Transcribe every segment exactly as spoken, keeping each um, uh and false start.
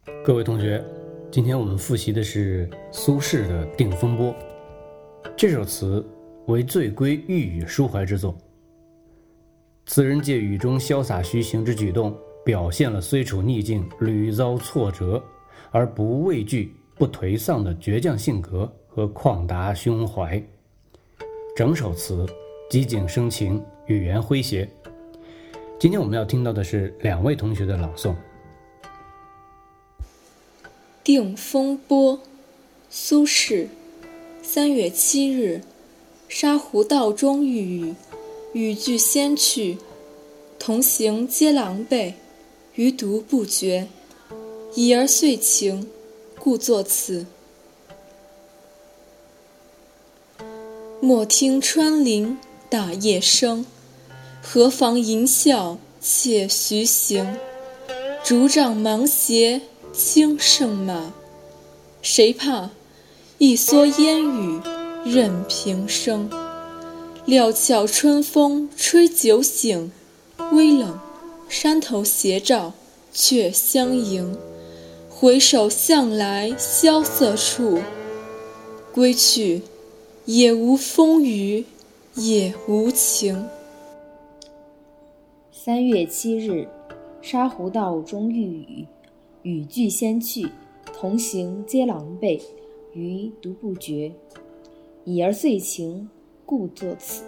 各位同学，今天我们复习的是苏轼的《定风波》。这首词为醉归寓语抒怀之作。此人借雨中潇洒徐行之举动，表现了虽处逆境屡遭挫折而不畏惧不颓丧的倔强性格和旷达胸怀。整首词机警生情，语言诙谐。今天我们要听到的是两位同学的朗诵。 定风波，苏轼。三月七日，沙湖道中遇雨，雨具先去，同行皆狼狈，余独不觉。已而遂晴，故作此。莫听穿林打叶声，何妨吟啸且徐行。竹杖芒鞋轻胜马，谁怕？一蓑烟雨任平生。料峭春风吹酒醒，微冷山头斜照却相迎。回首向来萧瑟处，归去，也无风雨也无晴。 三月七日，沙湖道中遇雨，雨具先去，同行皆狼狈，余独不觉。已而遂晴，故作此。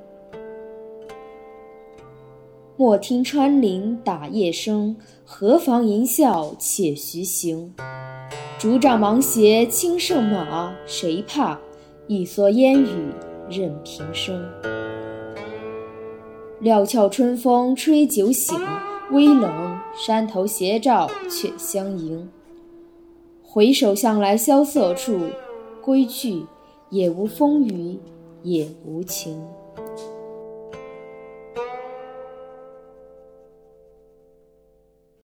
莫听穿林打叶声，何妨吟啸且徐行。竹杖芒鞋轻胜马，谁怕？一蓑烟雨任平生。料峭春风吹酒醒，微冷山头斜照却相迎。回首向来萧瑟处，归去，也无风雨也无晴。